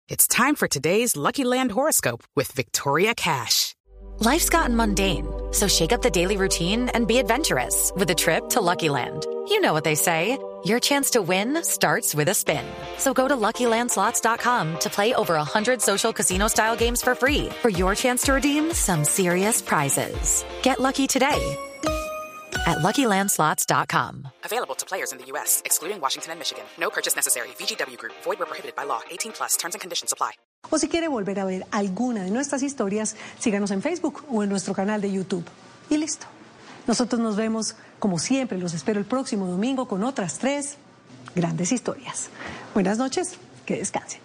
It's time for today's Lucky Land horoscope with Victoria Cash. Life's gotten mundane, so shake up the daily routine and be adventurous with a trip to Lucky Land. You know what they say, your chance to win starts with a spin. So go to LuckyLandSlots.com to play over 100 social casino-style games for free for your chance to redeem some serious prizes. Get lucky today at LuckyLandSlots.com. Available to players in the U.S., excluding Washington and Michigan. No purchase necessary. VGW Group. Void where prohibited by law. 18+. Terms and conditions apply. O si quiere volver a ver alguna de nuestras historias, síganos en Facebook o en nuestro canal de YouTube. Y listo. Nosotros nos vemos, como siempre, los espero el próximo domingo con otras 3 grandes historias. Buenas noches, que descansen.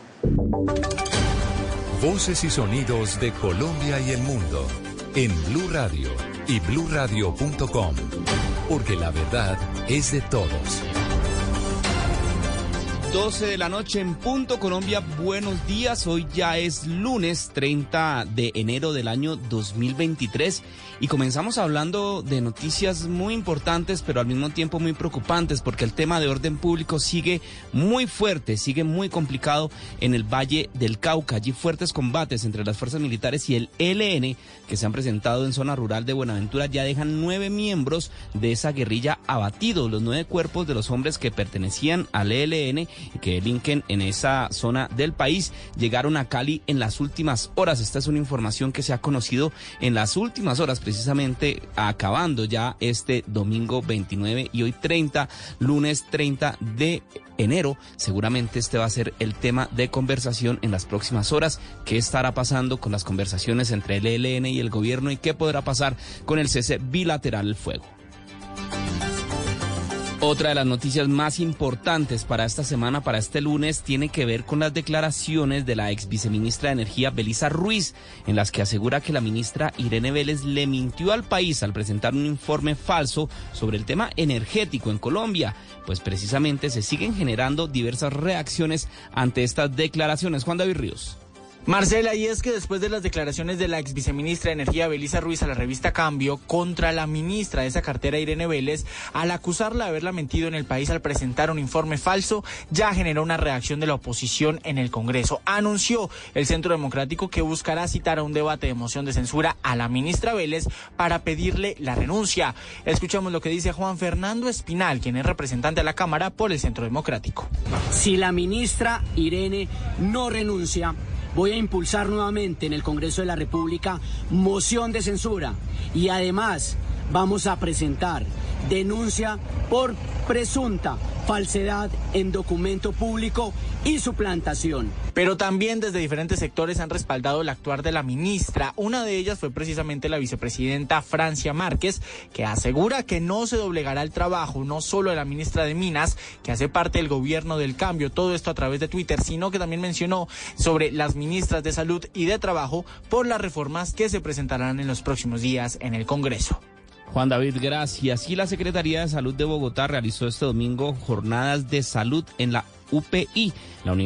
Voces y sonidos de Colombia y el mundo en Blue Radio y bluradio.com, porque la verdad es de todos. 12 de la noche en punto, Colombia, buenos días. Hoy ya es lunes 30 de enero del año 2023 y comenzamos hablando de noticias muy importantes, pero al mismo tiempo muy preocupantes, porque el tema de orden público sigue muy fuerte, sigue muy complicado en el Valle del Cauca. Allí fuertes combates entre las fuerzas militares y el ELN que se han presentado en zona rural de Buenaventura ya dejan 9 miembros de esa guerrilla abatidos. Los 9 cuerpos de los hombres que pertenecían al ELN y que delinquen en esa zona del país llegaron a Cali en las últimas horas. Esta es una información que se ha conocido en las últimas horas, precisamente acabando ya este domingo 29 y hoy 30, lunes 30 de enero. Seguramente este va a ser el tema de conversación en las próximas horas. ¿Qué estará pasando con las conversaciones entre el ELN y el gobierno y qué podrá pasar con el cese bilateral del fuego? Otra de las noticias más importantes para esta semana, para este lunes, tiene que ver con las declaraciones de la ex viceministra de Energía, Belisa Ruiz, en las que asegura que la ministra Irene Vélez le mintió al país al presentar un informe falso sobre el tema energético en Colombia. Pues precisamente se siguen generando diversas reacciones ante estas declaraciones. Juan David Ríos. Marcela, y es que después de las declaraciones de la ex viceministra de Energía, Belisa Ruiz, a la revista Cambio, contra la ministra de esa cartera, Irene Vélez, al acusarla de haberla mentido en el país al presentar un informe falso, ya generó una reacción de la oposición en el Congreso. Anunció el Centro Democrático que buscará citar a un debate de moción de censura a la ministra Vélez para pedirle la renuncia. Escuchamos lo que dice Juan Fernando Espinal, quien es representante a la Cámara por el Centro Democrático. Si la ministra Irene no renuncia, voy a impulsar nuevamente en el Congreso de la República moción de censura y además vamos a presentar denuncia por presunta falsedad en documento público y suplantación. Pero también desde diferentes sectores han respaldado el actuar de la ministra. Una de ellas fue precisamente la vicepresidenta Francia Márquez, que asegura que no se doblegará el trabajo, no solo de la ministra de Minas, que hace parte del gobierno del cambio, todo esto a través de Twitter, sino que también mencionó sobre las ministras de Salud y de Trabajo por las reformas que se presentarán en los próximos días en el Congreso. Juan David, gracias. Y la Secretaría de Salud de Bogotá realizó este domingo jornadas de salud en la UPI,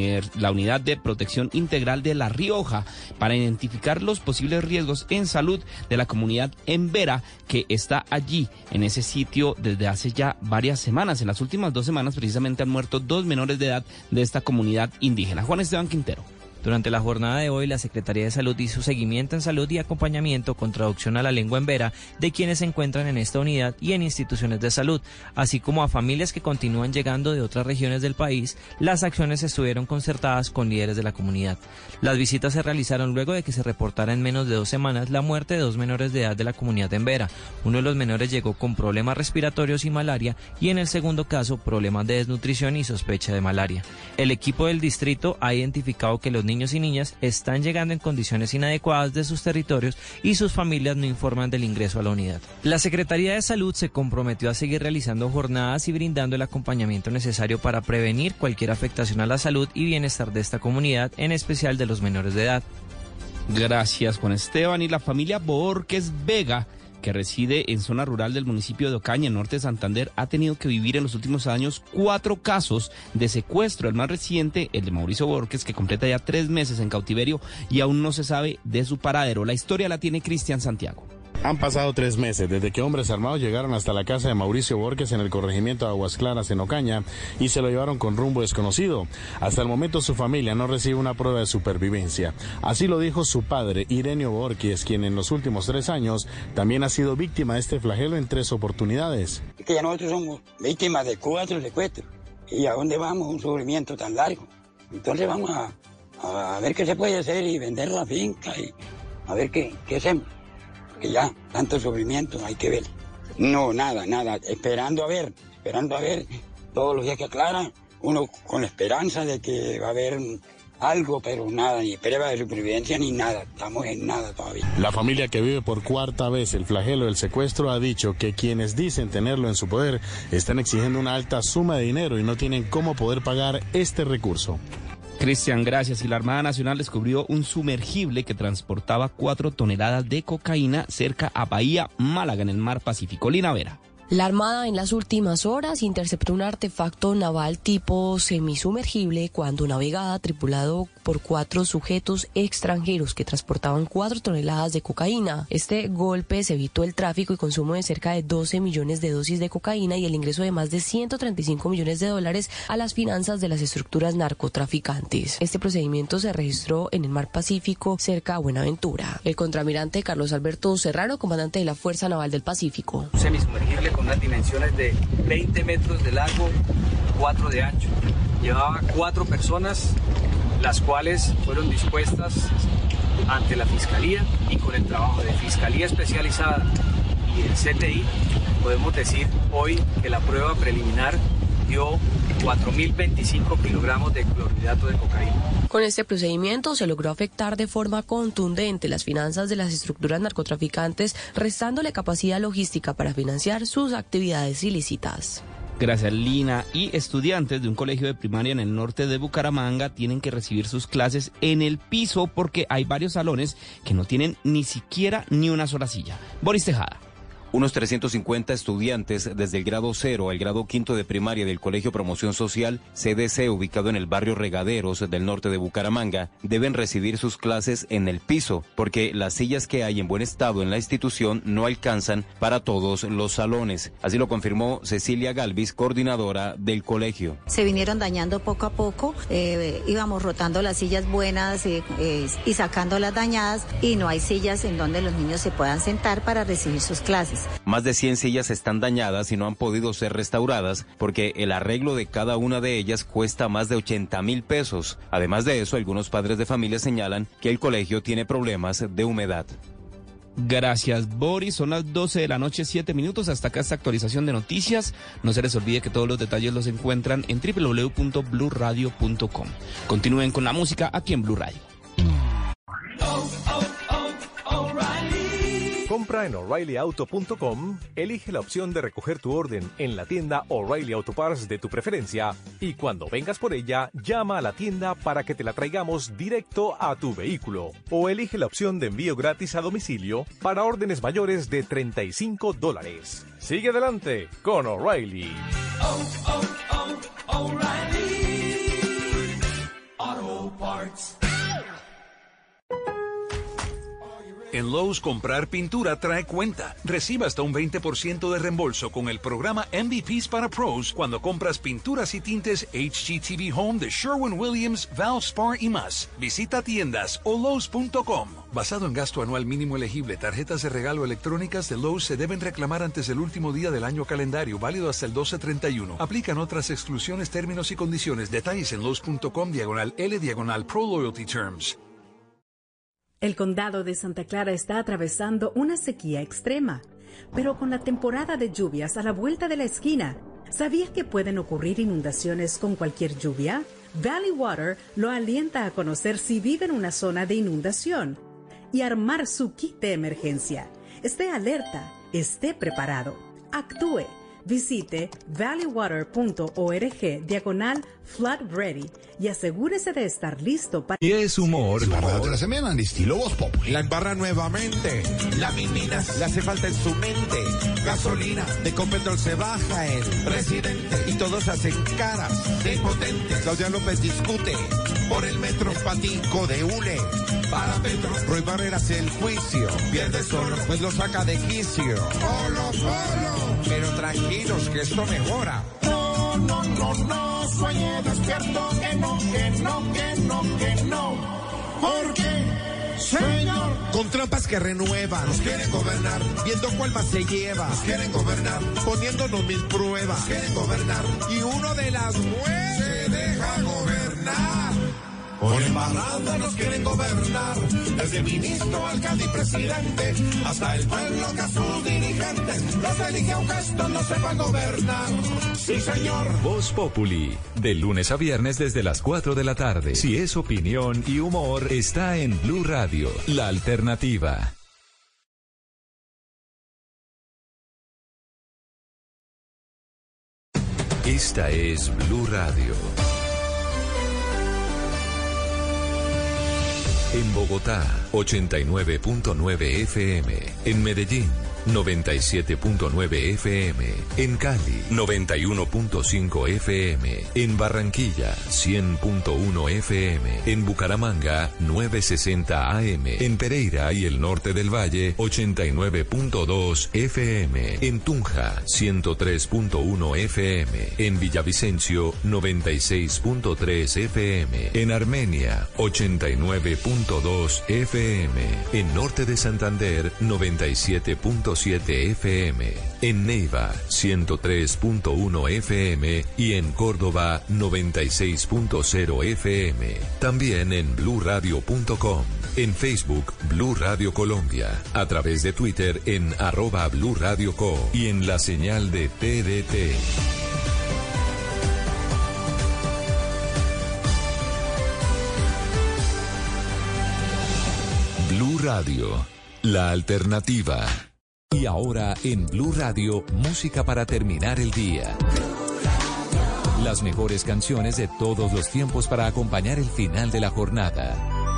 la Unidad de Protección Integral de La Rioja, para identificar los posibles riesgos en salud de la comunidad embera que está allí, en ese sitio, desde hace ya varias semanas. En las últimas 2 semanas, precisamente, han muerto 2 menores de edad de esta comunidad indígena. Juan Esteban Quintero. Durante la jornada de hoy, la Secretaría de Salud hizo seguimiento en salud y acompañamiento con traducción a la lengua embera de quienes se encuentran en esta unidad y en instituciones de salud, así como a familias que continúan llegando de otras regiones del país. Las acciones estuvieron concertadas con líderes de la comunidad. Las visitas se realizaron luego de que se reportara en menos de 2 semanas la muerte de 2 menores de edad de la comunidad embera. Uno de los menores llegó con problemas respiratorios y malaria, y en el segundo caso, problemas de desnutrición y sospecha de malaria. El equipo del distrito ha identificado que los niños y niñas están llegando en condiciones inadecuadas de sus territorios y sus familias no informan del ingreso a la unidad. La Secretaría de Salud se comprometió a seguir realizando jornadas y brindando el acompañamiento necesario para prevenir cualquier afectación a la salud y bienestar de esta comunidad, en especial de los menores de edad. Gracias, Juan Esteban. Y la familia Borges Vega, que reside en zona rural del municipio de Ocaña, en norte de Santander, ha tenido que vivir en los últimos años 4 casos de secuestro. El más reciente, el de Mauricio Borges, que completa ya 3 meses en cautiverio y aún no se sabe de su paradero. La historia la tiene Cristian Santiago. Han pasado 3 meses desde que hombres armados llegaron hasta la casa de Mauricio Borges en el corregimiento de Aguas Claras, en Ocaña, y se lo llevaron con rumbo desconocido. Hasta el momento su familia no recibe una prueba de supervivencia. Así lo dijo su padre, Irenio Borges, quien en los últimos 3 años también ha sido víctima de este flagelo en 3 oportunidades. Es que ya nosotros somos víctimas de 4 secuestros. ¿Y a dónde vamos? Un sufrimiento tan largo. Entonces vamos a ver qué se puede hacer y vender la finca y a ver qué hacemos. Que ya, tanto sufrimiento, hay que ver. No, nada, esperando a ver, todos los días que aclaran, uno con la esperanza de que va a haber algo, pero nada, ni prueba de supervivencia ni nada, estamos en nada todavía. La familia que vive por 4ª vez el flagelo del secuestro ha dicho que quienes dicen tenerlo en su poder están exigiendo una alta suma de dinero y no tienen cómo poder pagar este recurso. Cristian, gracias. Y la Armada Nacional descubrió un sumergible que transportaba 4 toneladas de cocaína cerca a Bahía Málaga, en el mar Pacífico. Lina Vera. La Armada en las últimas horas interceptó un artefacto naval tipo semisumergible cuando navegaba tripulado por 4 sujetos extranjeros que transportaban 4 toneladas de cocaína. Este golpe se evitó el tráfico y consumo de cerca de 12 millones de dosis de cocaína y el ingreso de más de 135 millones de dólares a las finanzas de las estructuras narcotraficantes. Este procedimiento se registró en el mar Pacífico cerca a Buenaventura. El contraalmirante Carlos Alberto Serrano, comandante de la Fuerza Naval del Pacífico. Semisumergible con unas dimensiones de 20 metros de largo, 4 de ancho. Llevaba 4 personas, las cuales fueron dispuestas ante la Fiscalía, y con el trabajo de Fiscalía Especializada y el CTI, podemos decir hoy que la prueba preliminar dio 4.025 kilogramos de clorhidrato de cocaína. Con este procedimiento se logró afectar de forma contundente las finanzas de las estructuras narcotraficantes, restándole capacidad logística para financiar sus actividades ilícitas. Gracias, Lina. Y estudiantes de un colegio de primaria en el norte de Bucaramanga tienen que recibir sus clases en el piso porque hay varios salones que no tienen ni siquiera ni una sola silla. Boris Tejada. Unos 350 estudiantes desde el grado 0 al grado 5 de primaria del Colegio Promoción Social, CDC, ubicado en el barrio Regaderos del norte de Bucaramanga, deben recibir sus clases en el piso, porque las sillas que hay en buen estado en la institución no alcanzan para todos los salones. Así lo confirmó Cecilia Galvis, coordinadora del colegio. Se vinieron dañando poco a poco, íbamos rotando las sillas buenas y sacando las dañadas, y no hay sillas en donde los niños se puedan sentar para recibir sus clases. Más de 100 sillas están dañadas y no han podido ser restauradas porque el arreglo de cada una de ellas cuesta más de 80.000 pesos. Además de eso, algunos padres de familia señalan que el colegio tiene problemas de humedad. Gracias, Boris. Son las 12 de la noche, 7 minutos. Hasta acá esta actualización de noticias. No se les olvide que todos los detalles los encuentran en www.bluradio.com. Continúen con la música aquí en Blue Radio. Compra en O'ReillyAuto.com, elige la opción de recoger tu orden en la tienda O'Reilly Auto Parts de tu preferencia y cuando vengas por ella, llama a la tienda para que te la traigamos directo a tu vehículo. O elige la opción de envío gratis a domicilio para órdenes mayores de $35. Sigue adelante con O'Reilly. O'Reilly Auto Parts. En Lowe's, comprar pintura trae cuenta. Reciba hasta un 20% de reembolso con el programa MVPs para Pros cuando compras pinturas y tintes HGTV Home de Sherwin-Williams, Valspar y más. Visita tiendas o Lowe's.com. Basado en gasto anual mínimo elegible, tarjetas de regalo electrónicas de Lowe's se deben reclamar antes del último día del año calendario, válido hasta el 12/31. Aplican otras exclusiones, términos y condiciones. Detalles en Lowe's.com/L/Pro Loyalty Terms. El condado de Santa Clara está atravesando una sequía extrema, pero con la temporada de lluvias a la vuelta de la esquina, ¿sabías que pueden ocurrir inundaciones con cualquier lluvia? Valley Water lo alienta a conocer si vive en una zona de inundación y armar su kit de emergencia. Esté alerta, esté preparado, actúe. Visite valleywater.org/Flood Ready y asegúrese de estar listo para... Y es humor. La radio de la semana en estilo Voz Populi. La embarra nuevamente. La mimina le hace falta en su mente. Gasolina de Copetrol se baja el presidente. Y todos hacen caras de impotentes. Claudia López discute Por el metro patico de hule. Para Petro, Roy Barreras el juicio. Pierde solo, pues lo saca de quicio. Solo. Pero tranquilos que esto mejora. No, sueñe despierto, que no. ¿Por qué, señor? Con trampas que renuevan, nos quieren gobernar, viendo cuál más se lleva, nos quieren gobernar, poniéndonos mil pruebas, nos quieren gobernar, y uno de las 9 se deja gobernar. Por embarrada nos quieren gobernar, desde ministro, alcalde y presidente, hasta el pueblo que a sus dirigentes los elige aunque estos no sepan gobernar. Sí, señor. Voz Populi, de lunes a viernes desde las 4 de la tarde. Si es opinión y humor, está en Blue Radio, la alternativa. Esta es Blue Radio. En Bogotá, 89.9 FM. En Medellín, 97.9 FM. En Cali, 91.5 FM. En Barranquilla, 100.1 FM. En Bucaramanga, 960 AM. En Pereira y el norte del Valle, 89.2 FM. En Tunja, 103.1 FM. En Villavicencio, 96.3 FM. En Armenia, 89.2 FM. En norte de Santander, 97.7 FM, en Neiva 103.1 FM y en Córdoba 96.0 FM. También en bluradio.com, en Facebook Blue Radio Colombia, a través de Twitter en @BlueRadioCo y en la señal de TDT. Blue Radio, la alternativa. Y ahora en Blue Radio, música para terminar el día. Las mejores canciones de todos los tiempos para acompañar el final de la jornada.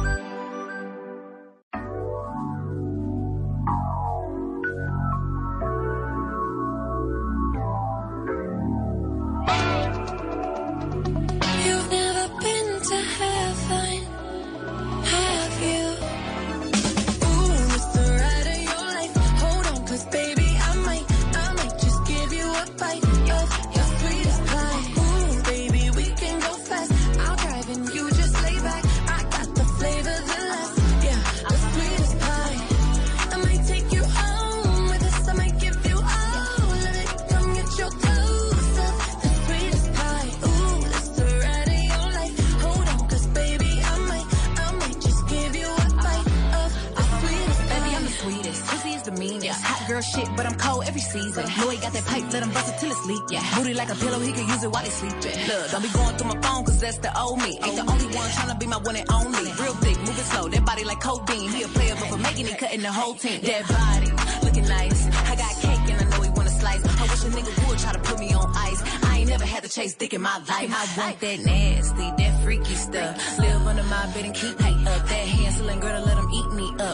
Don't be going through my phone, cause that's the old me. Ain't the only one tryna be my one and only. Real thick, moving slow, that body like codeine. He a player, but for making it, cutting the whole team. That body, looking nice. I got cake and I know he wanna slice. I wish a nigga would try to put me on ice. I ain't never had to chase dick in my life. I want that nasty, that freaky stuff. Live under my bed and keep me up. That Hansel girl to let him eat me up.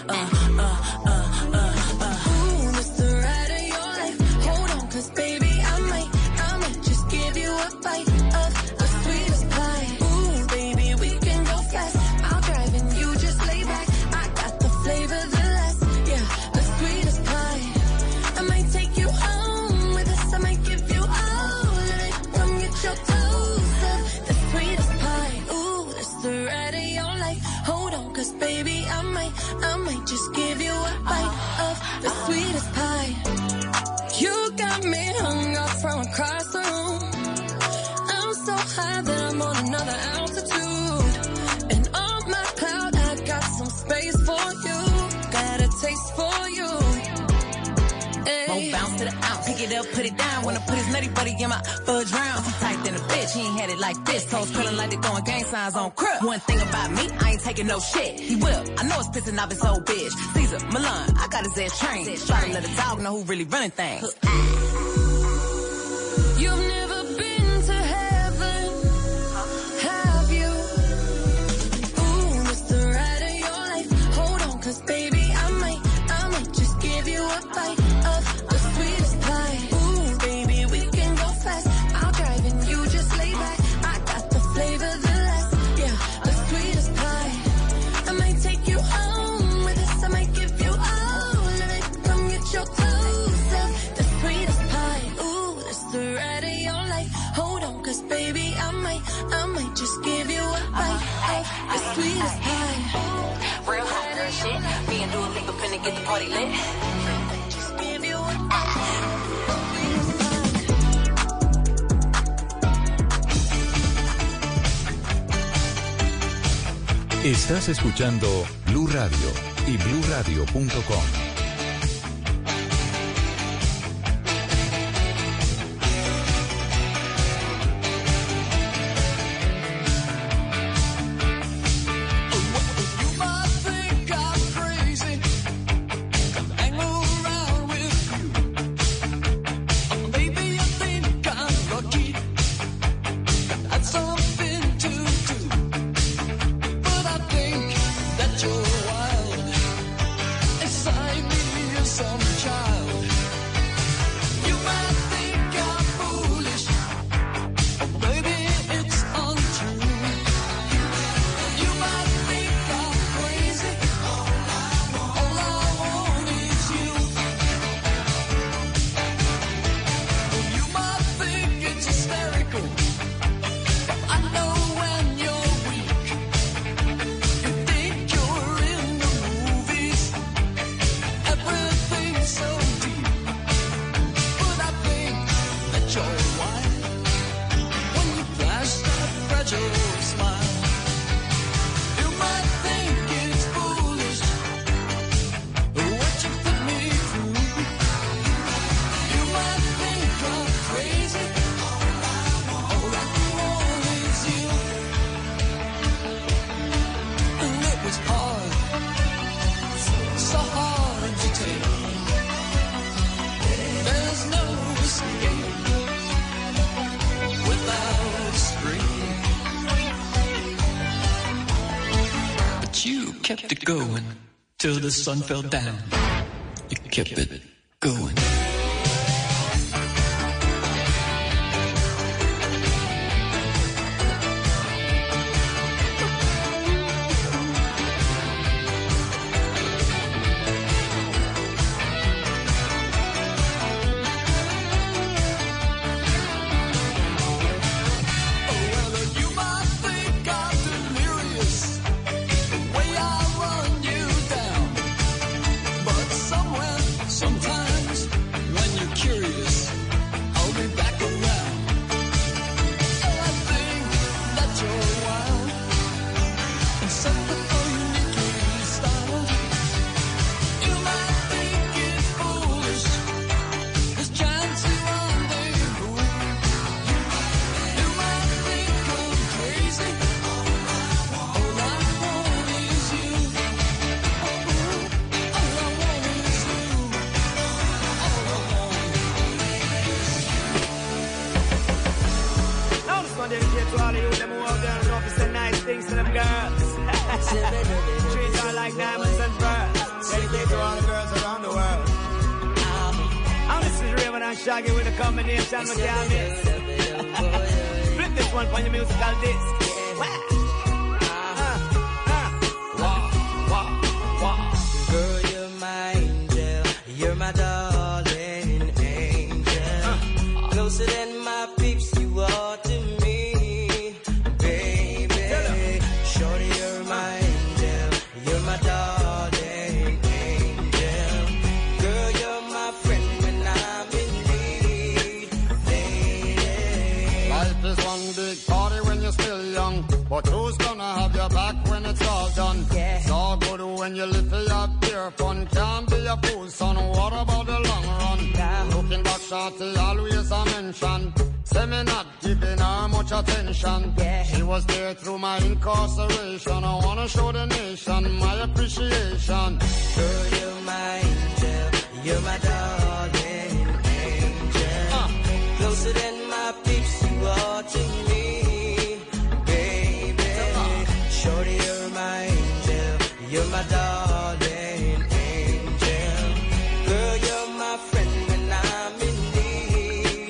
Ooh, it's the ride of your life. Hold on, cause baby, I might just give you a bite of the sweetest pie. Ooh, baby, we can go fast. I'll drive and you just lay back. I got the flavor, the last, yeah, the sweetest pie. I might take you home with us. I might give you all of it. Come get your toes up, the sweetest pie. Ooh, it's the ride of your life. Hold on, cause baby, I might just give you a bite of the sweetest pie. You got me hung up from across the room. I'm so high that I'm on another altitude. And on my cloud, I got some space for you. Got a taste for you. Won't bounce to the ounce. Pick it up, put it down. Wanna put his nutty buddy in my fudge round. He tight than a bitch, he ain't had it like this. Toes curling like they throwing gang signs on crib. One thing about me, I ain't taking no shit. He will, I know it's pissing off his old bitch. Caesar, Milan, I got his ass trained. Try to let a dog know who really running things. You've never been to heaven, have you? Ooh, it's the ride of your life. Hold on, cause baby, I might just give you a bite of the sweetest pie. Ooh, baby, we can go fast. I'll drive and you just lay back. I got the flavor, the last, yeah, the sweetest to get the party lit. Just give you Estás escuchando Blue Radio y BlueRadio.com. Kept it going till the sun fell down. You kept it going. Shaggy with a combination with Calvin. Flip this one for your musical disc. Girl, you're my angel. You're my darling angel. Closer than my peeps, you are to me, baby. Shorty, you're my angel. You're my darling angel. Girl, you're my friend when I'm in need, lady. Life is one big party when you're still young, but who's gonna have your back when it's all done? Yeah. It's all good when you live for your pure fun. Can't be a fool, son. What about the long run? Yeah. Looking back, shorty, always a mention. Say me not giving her much attention. Yeah. She was there through my incarceration. I wanna show the nation my appreciation. Girl, you're my angel. You're my darling angel. Closer than my peeps, you are to me, baby. Shorty, you're my angel. You're my darling angel. Girl, you're my friend when I'm in need,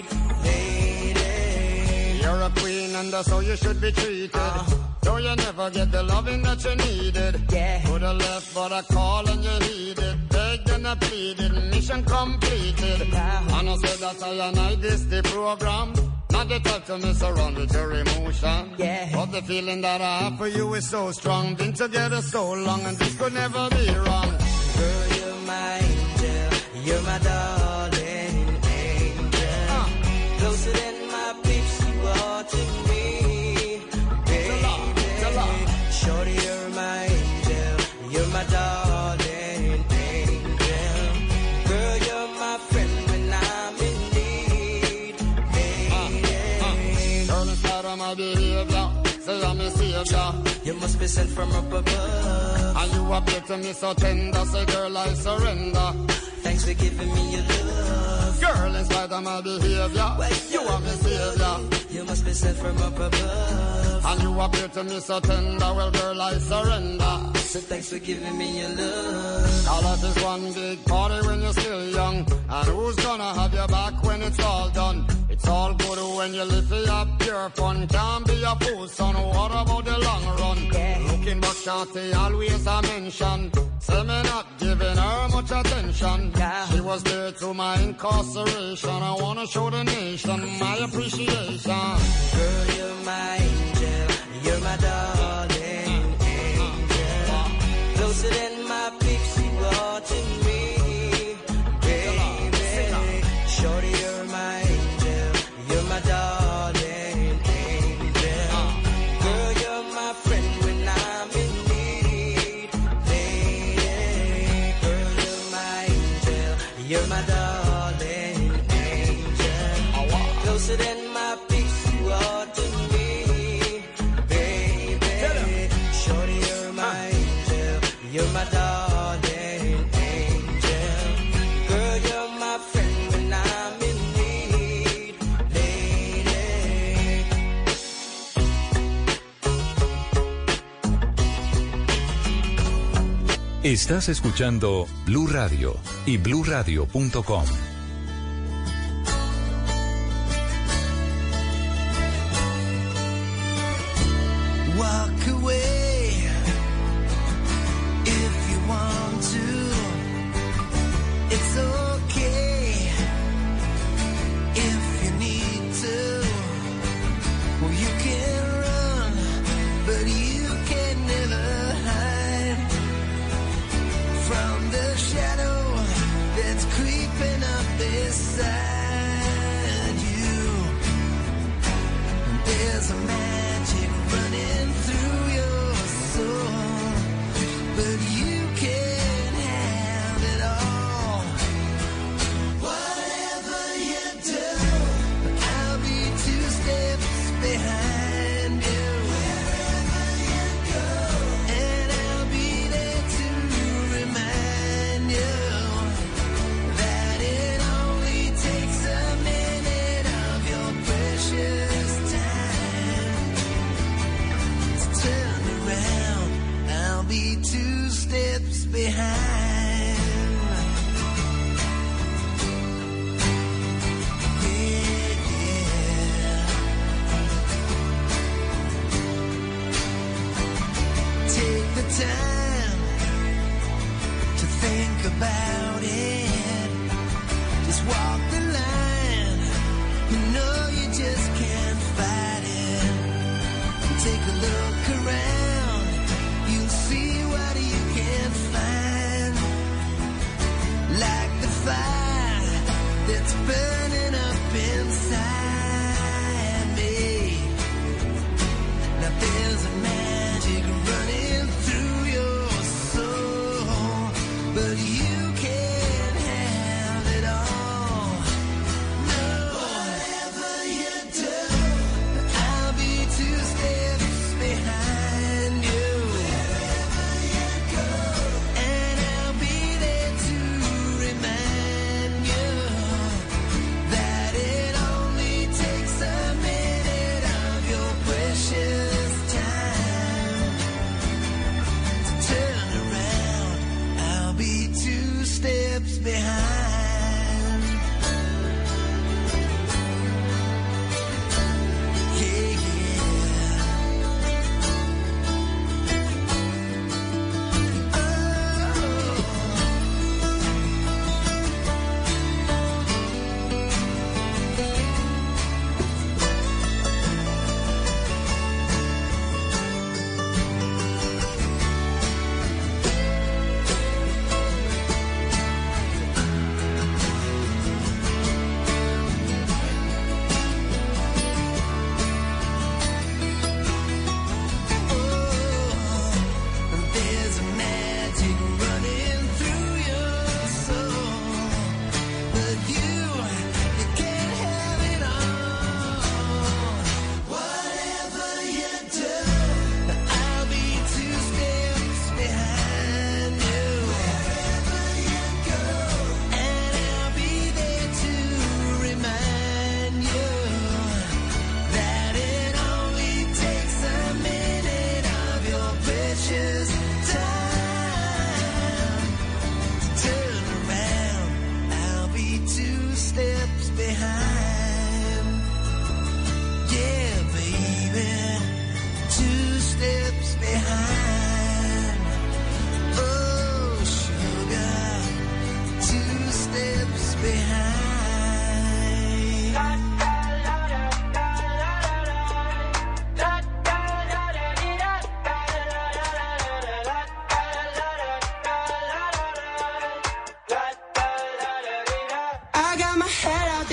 lady. You're a queen and that's how you should be treated. Though you never get the loving that you needed. Yeah. Coulda left but I call and you heeded. Begged and I pleaded, mission completed. And I said that I and I this the program. Not the type to mess around with your emotion. Yeah. But the feeling that I have for you is so strong. Been together so long and this could never be wrong. Girl, you're my angel, you're my darling angel. Closer than my peeps, you are to me, baby. Shorty, you're my angel, you're my darling angel. Girl, you're my friend when I'm in need, baby. Girl, inside of my behavior, say I'm a savior. You must be sent from up above. And you appear to me so tender, say girl, I surrender. Thanks for giving me your love. Girl, in spite of my behavior, you are my savior. You must be sent from up above. And you appear to me so tender, well girl, I surrender. So thanks for giving me your love. Now life is one big party when you're still young. And who's gonna have your back when it's all done? It's all good when you live for your pure fun. Can't be a fool, son, what about the long run? Looking back, shawty, always a mention. Say me not giving her much attention. She was there to my incarceration. I wanna show the nation my appreciation. Girl, you're my angel, you're my darling angel. Closer than my peeps, you are to me, baby. Shorty, you're my angel, you're my darling angel. Girl, you're my friend when I'm in need, baby. Girl, you're my angel, you're my darling angel. Closer than my peeps, you are to me, baby. Shorty, you're my angel, you're my darling angel. Girl, you're my friend when I'm in need, lady. Estás escuchando Blue Radio y bluradio.com. Walk away if you want to. It's okay if you need to. Well, you can run, but you can never hide from the shadow that's creeping up beside you. There's a magic running through your soul, but you can have it all. Whatever you do, I'll be 2 steps behind you. Wherever you go, and I'll be there to remind you that it only takes a minute of your precious time to turn around. I'll be 2 steps behind. Take the time to think about it. Just walk the line. You know you just can't fight it. Take a look around. You'll see what you can find. Like the fire that's burning up inside me. Now there's a magic running through your soul, but you can't have it all. No. Whatever you do, I'll be 2 steps behind you. Wherever you go, and I'll be there to remind you that it only takes a minute of your precious time to turn around. I'll be 2 steps behind. Yeah,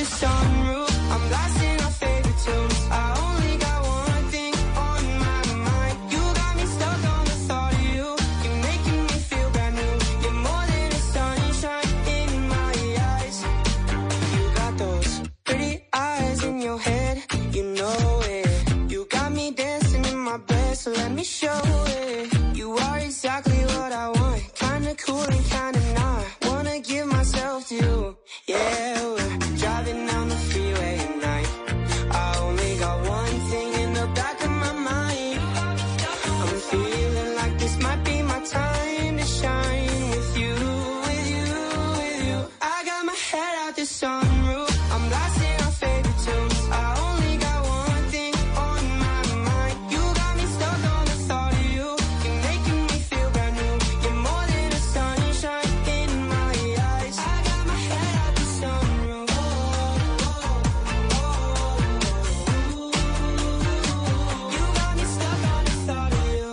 the sunroof. I'm blasting our favorite tunes. I only got one thing on my mind. You got me stuck on the thought of you. You're making me feel brand new. You're more than a sunshine in my eyes. You got those pretty eyes in your head. You know it. You got me dancing in my bed, so let me show it. You are exactly what I want. Kinda cool and kinda not. Wanna give myself to you. Yeah, we're driving down the freeway at night. I only got one thing in the back of my mind. I'm feeling like this might be my time to shine with you, with you, with you. I got my head out the sunroof. I'm blasting our favorite tunes. I only got one thing on my mind. You got me stuck on the thought of you. You're making me feel brand new. You're more than a sunshine in my eyes. I got my head out the sunroof. You got me stuck on the thought of you.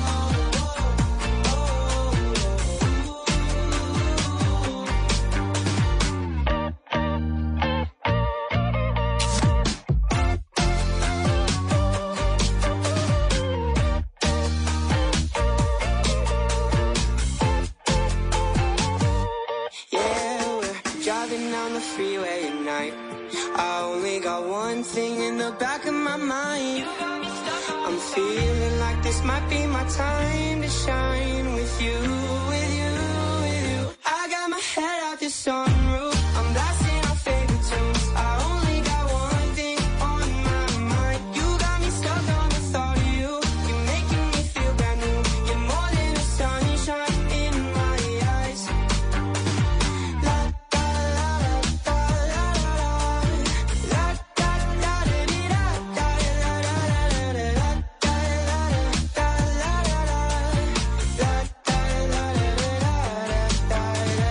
Yeah, we're driving down the freeway at night. I only got one thing in the back of my mind. I'm feeling like this might be my time to shine with you, with you, with you. I got my head out the sunroof. I'm blasting our favorite tunes. I only got one thing on my mind. You got me stuck on the thought of you. You're making me feel brand new. You're more than a sunshine in my eyes. La da la da la la la da da da dee da da la la la la da da la la la la da la la la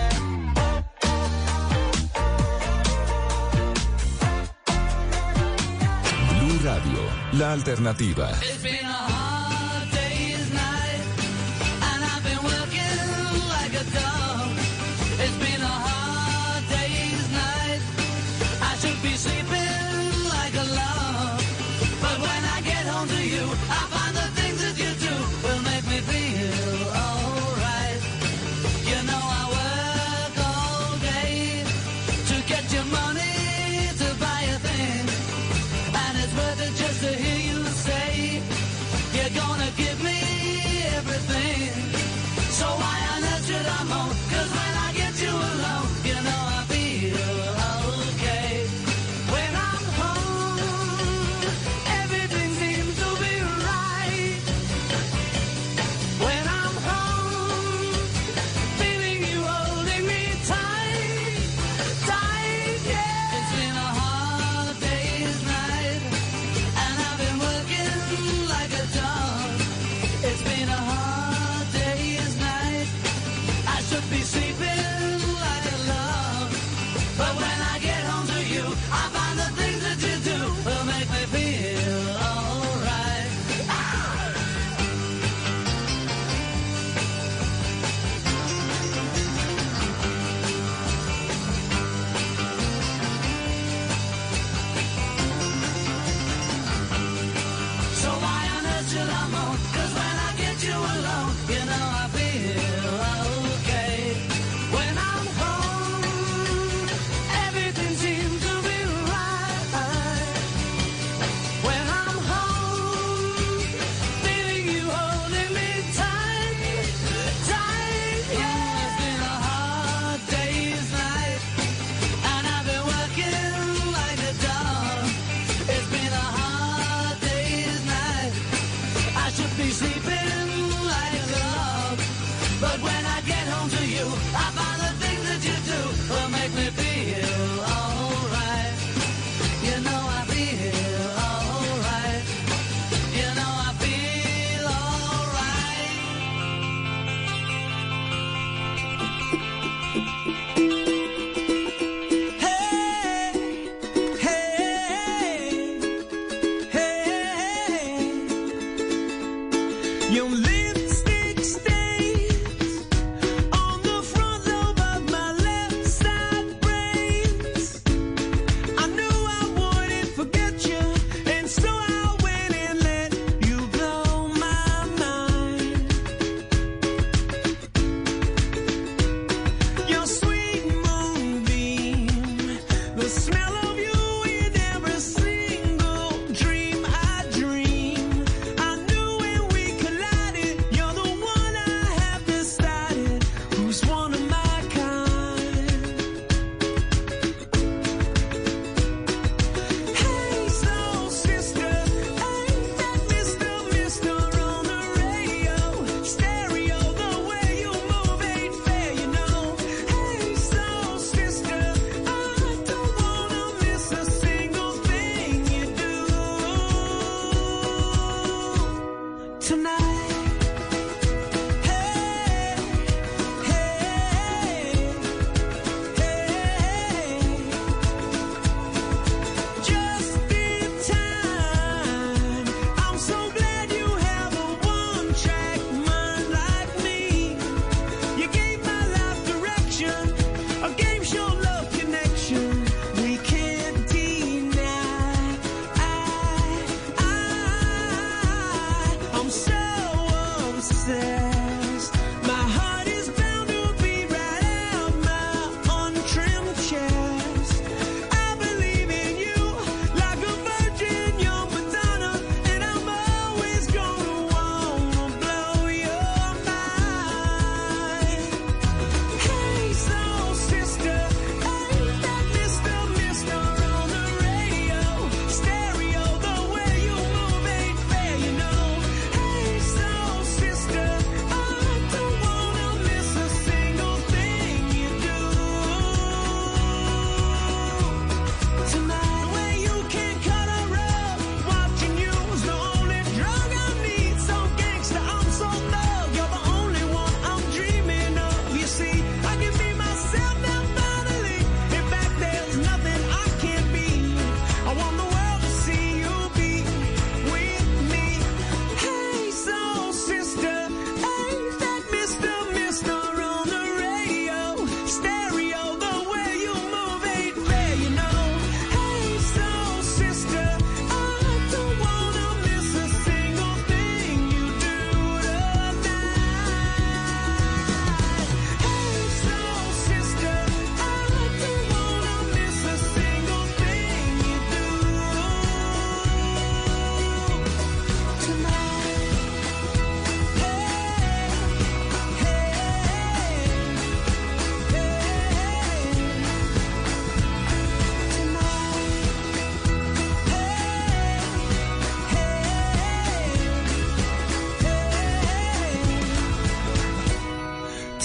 Blue Radio, la alternativa. It's been a hard day's night, and I've been working like a dog. It's been a hard day's night. I should be sleeping like a log, but when I get home to you, I find the things that you do will make me feel alright. You know I work all day to get your money to buy a thing, and it's worth it just to hear you say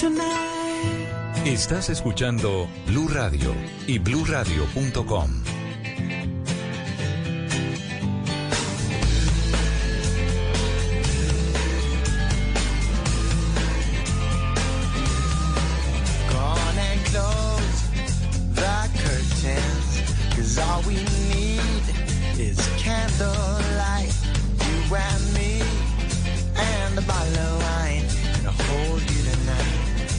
tonight. Estás escuchando Blue Radio y bluradio.com. Gone and close the curtains, 'cause all we need is candlelight, you and me, and a bottle of wine, and I'll hold you tonight.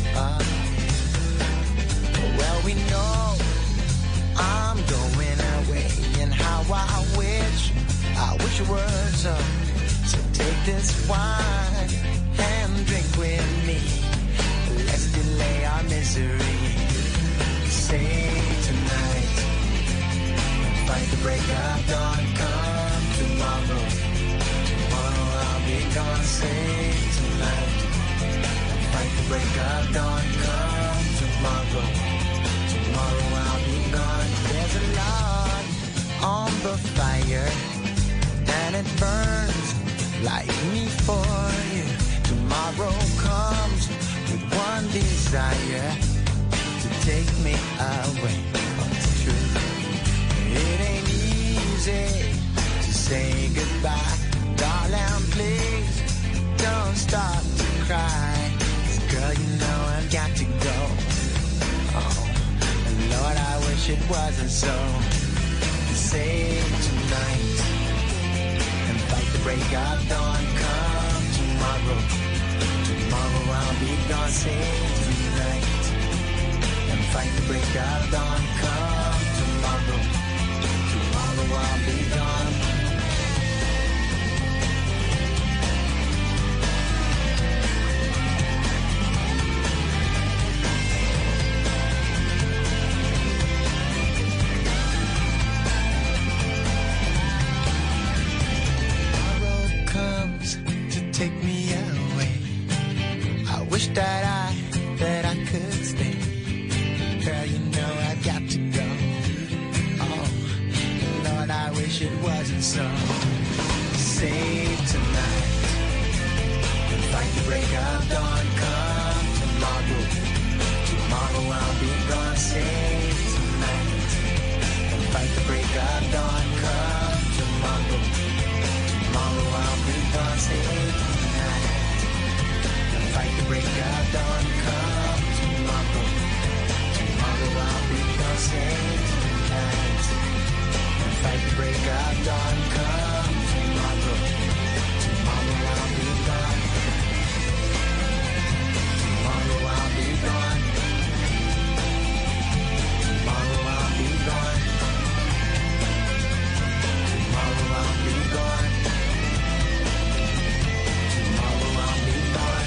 Well, we know I'm going away, and how I wish it were so. So take this wine and drink with me. Let's delay our misery. Say tonight, fight the break of dawn. Come tomorrow, tomorrow I'll be gone. Say tonight, fight the break of dawn. Come tomorrow, tomorrow I'll be gone. There's a log on the fire, and it burns like me for you. Tomorrow comes with one desire, to take me away. Oh, it's true. It ain't easy to say goodbye. Darling, please don't stop to cry. 'Cause girl, you know I've got to go. Oh, and Lord, I wish it wasn't so. Say tonight and fight the break of dawn. Come tomorrow, tomorrow I'll be gone. Say tonight and fight the break of dawn. Come tomorrow, tomorrow I'll be gone. Take me away. I wish that I could stay. Girl, you know I've got to go. Oh, Lord, I wish it wasn't so. Save tonight and fight the break of dawn. Come tomorrow, tomorrow I'll be gone. Save tonight and fight the break of dawn. Come tomorrow, tomorrow I'll be gone. Save fight the break of dawn. Come tomorrow, tomorrow I'll be gone. Save tonight and fight the break of dawn. Come tomorrow, tomorrow I'll be gone. Tomorrow I'll be gone. Tomorrow I'll be gone. Tomorrow I'll be gone. Tomorrow I'll be gone.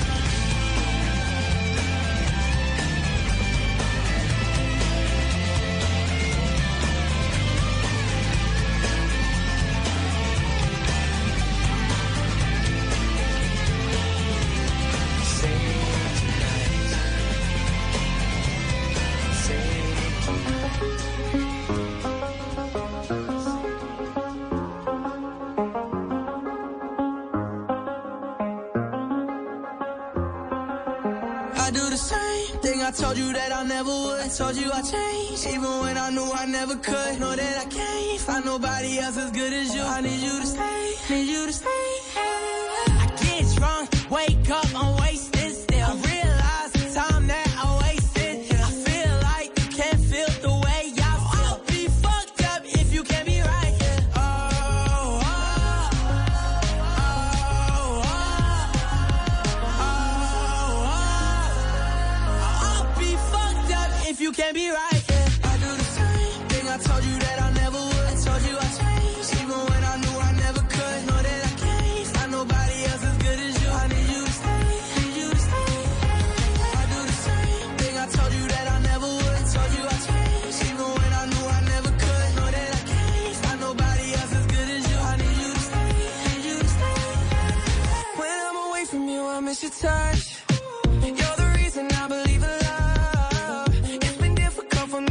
I do the same thing I told you that I never would. I told you I changed, even when I knew I never could. Know that I can't find nobody else as good as you. I need you to stay, need you to stay. I get drunk, wake up, I'm wasted still. I realize the time that I wasted. I feel like you can't feel the way I feel. I'll be fucked up if you can't be right. Yeah. I'll be fucked up if you can't be right. Yeah. I do the same thing I told you that I never would. I told you I changed, even when I knew I never could. Know that I can't find nobody else as good as you. I need you to stay, need you to stay. I do the same thing I told you that I never would. I told you I changed, even when I knew I never could. Know that I can't find nobody else as good as you. I need you to stay, need you to stay. When I'm away from you, I miss your touch. You're the reason I believe in love. It's been difficult for me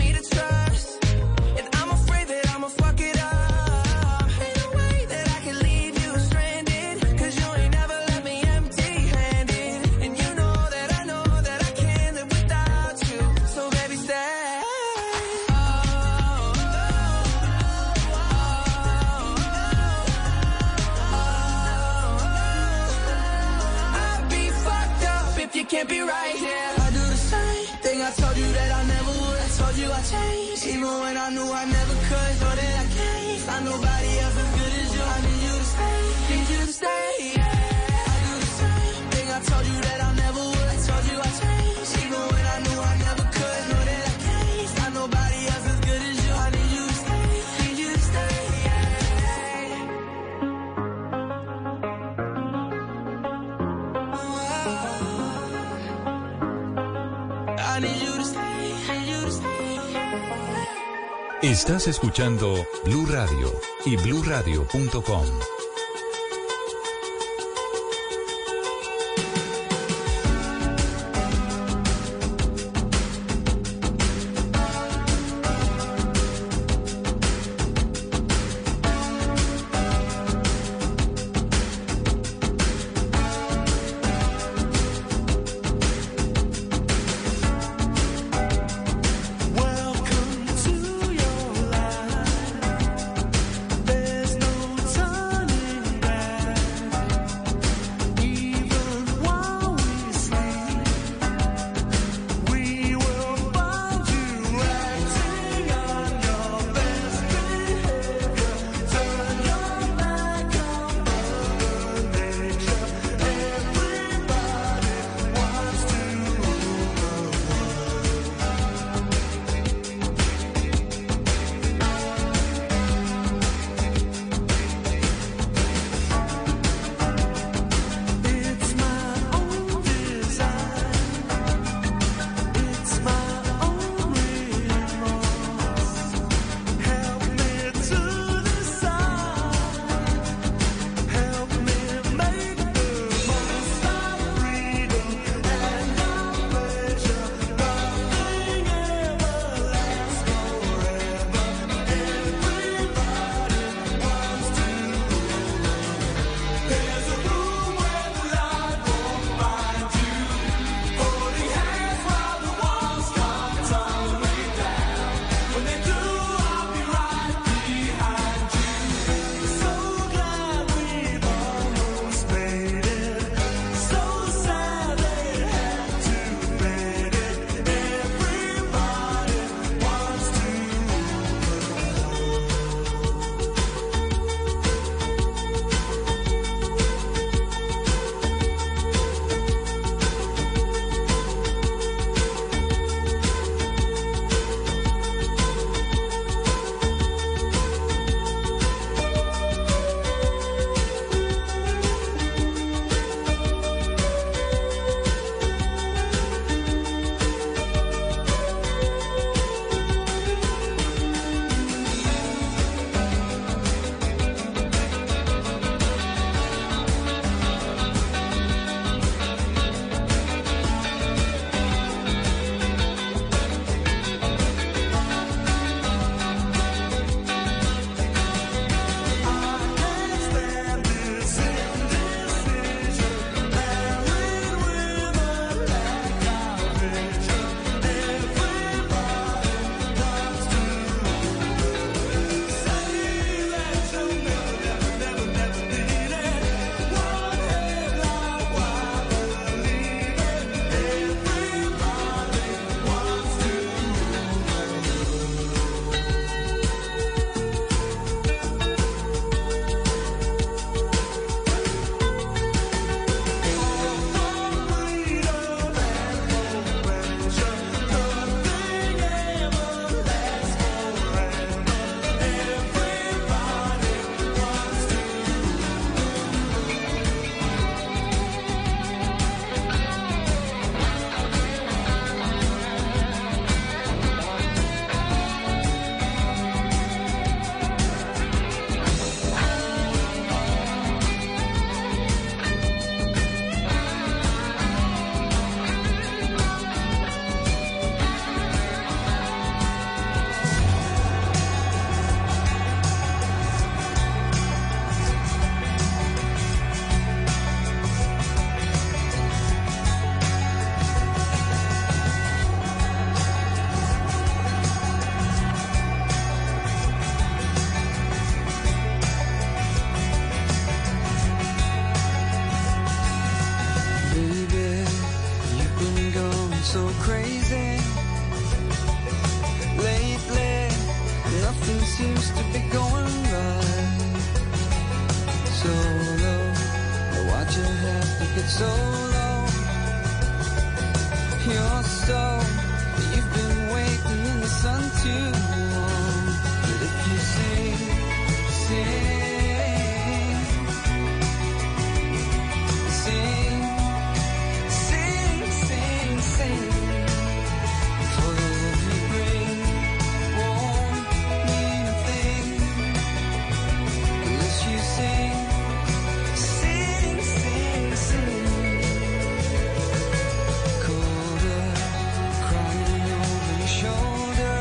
can't be right, yeah. I do the same thing I told you that I never would. I told you I changed, even when I knew I never could. Know that I can't find nobody else as good as you. I need you to stay, need you to stay, yeah. I do the same thing I told you that I never would. I told you I changed, even when I knew I never could. Know that I can't find nobody else as good as you. I need you to stay, need you to stay, yeah. I need you to stay, need you to stay, yeah. Estás escuchando Blue Radio y bluradio.com. Welcome to your life. There's no turning so crazy. Lately, nothing seems to be going right. So low, why'd you have to get so low? You're so, you've been waiting in the sun too long. But if you sing, sing, for the love you bring won't mean a thing unless you sing. Colder, crying over your shoulder.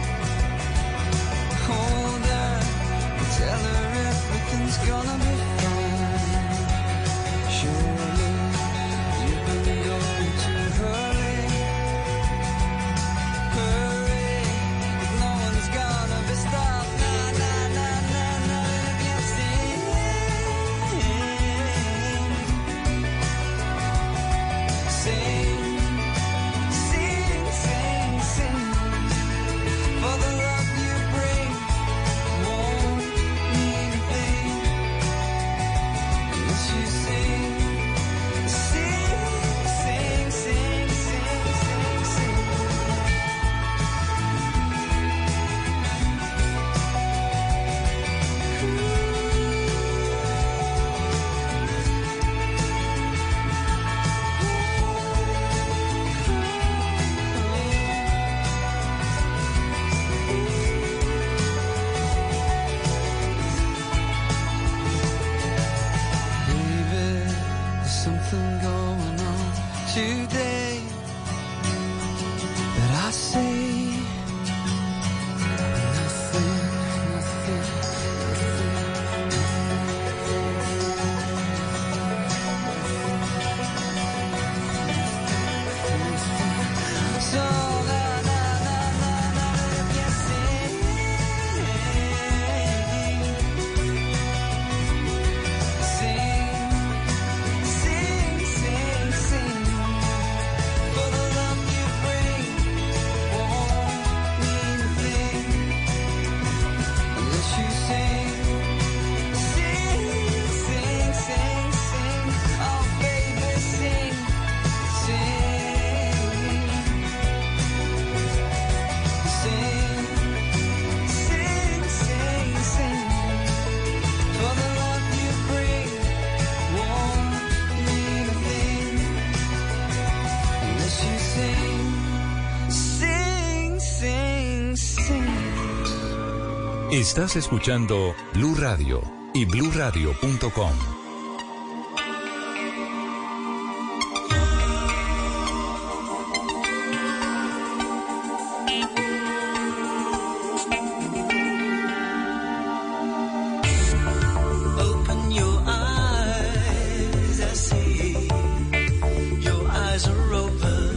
Hold her, tell her everything's gonna be fine. Surely you've been going too early. Hurry, no one's gonna be stopped. Nah, nah, nah, nah, nah, if you sing, for the love you bring won't mean a thing unless you sing. Baby, there's something going on today that I see. So na na na na na, if you sing, for the love you bring won't mean a thing unless you sing, oh baby, sing. For the love you bring won't mean a thing unless you sing. Estás escuchando Blue Radio y bluradio.com. Open your eyes, I see. Your eyes are open.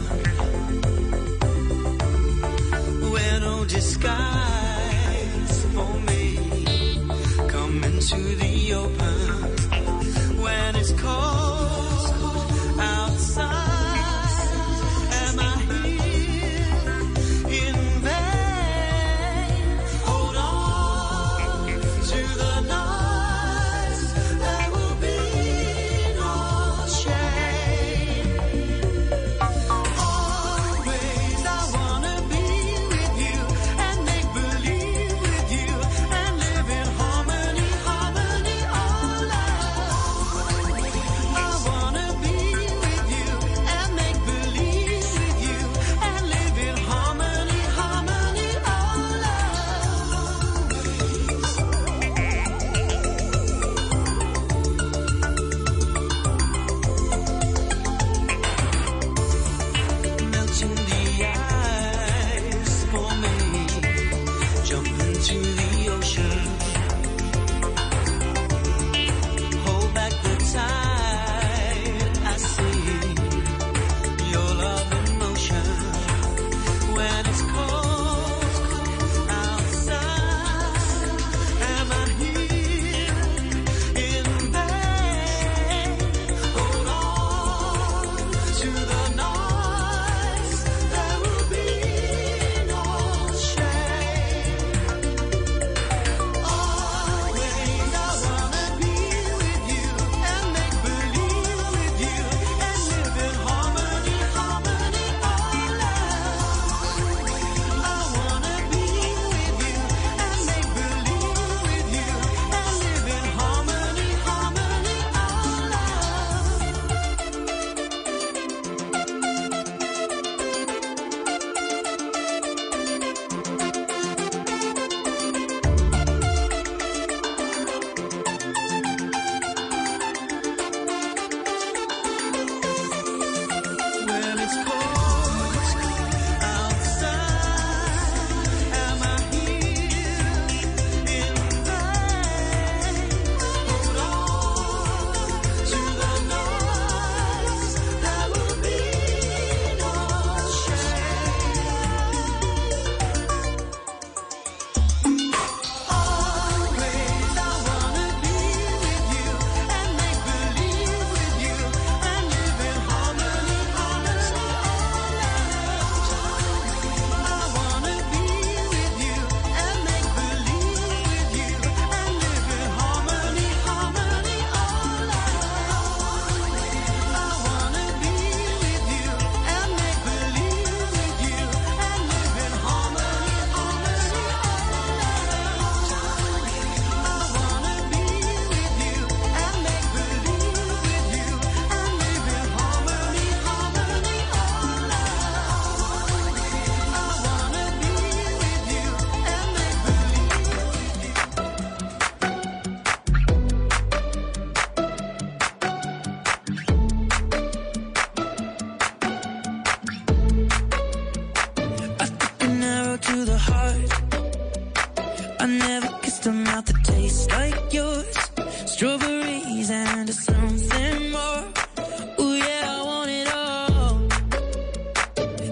Wear no disguise for me. Come into the open. When it's cold outside, am I here in vain? Hold on to the nights. There will be no shame. Always I wanna be with you and make believe with you and live in harmony, harmony, all love. I wanna be with you and make believe with you and live in harmony, harmony, all love. Melting the ice for me. Jump into the ocean. Hold back the tide. I see your love in motion. When it's cold outside, am I here in vain? Hold on to the nights.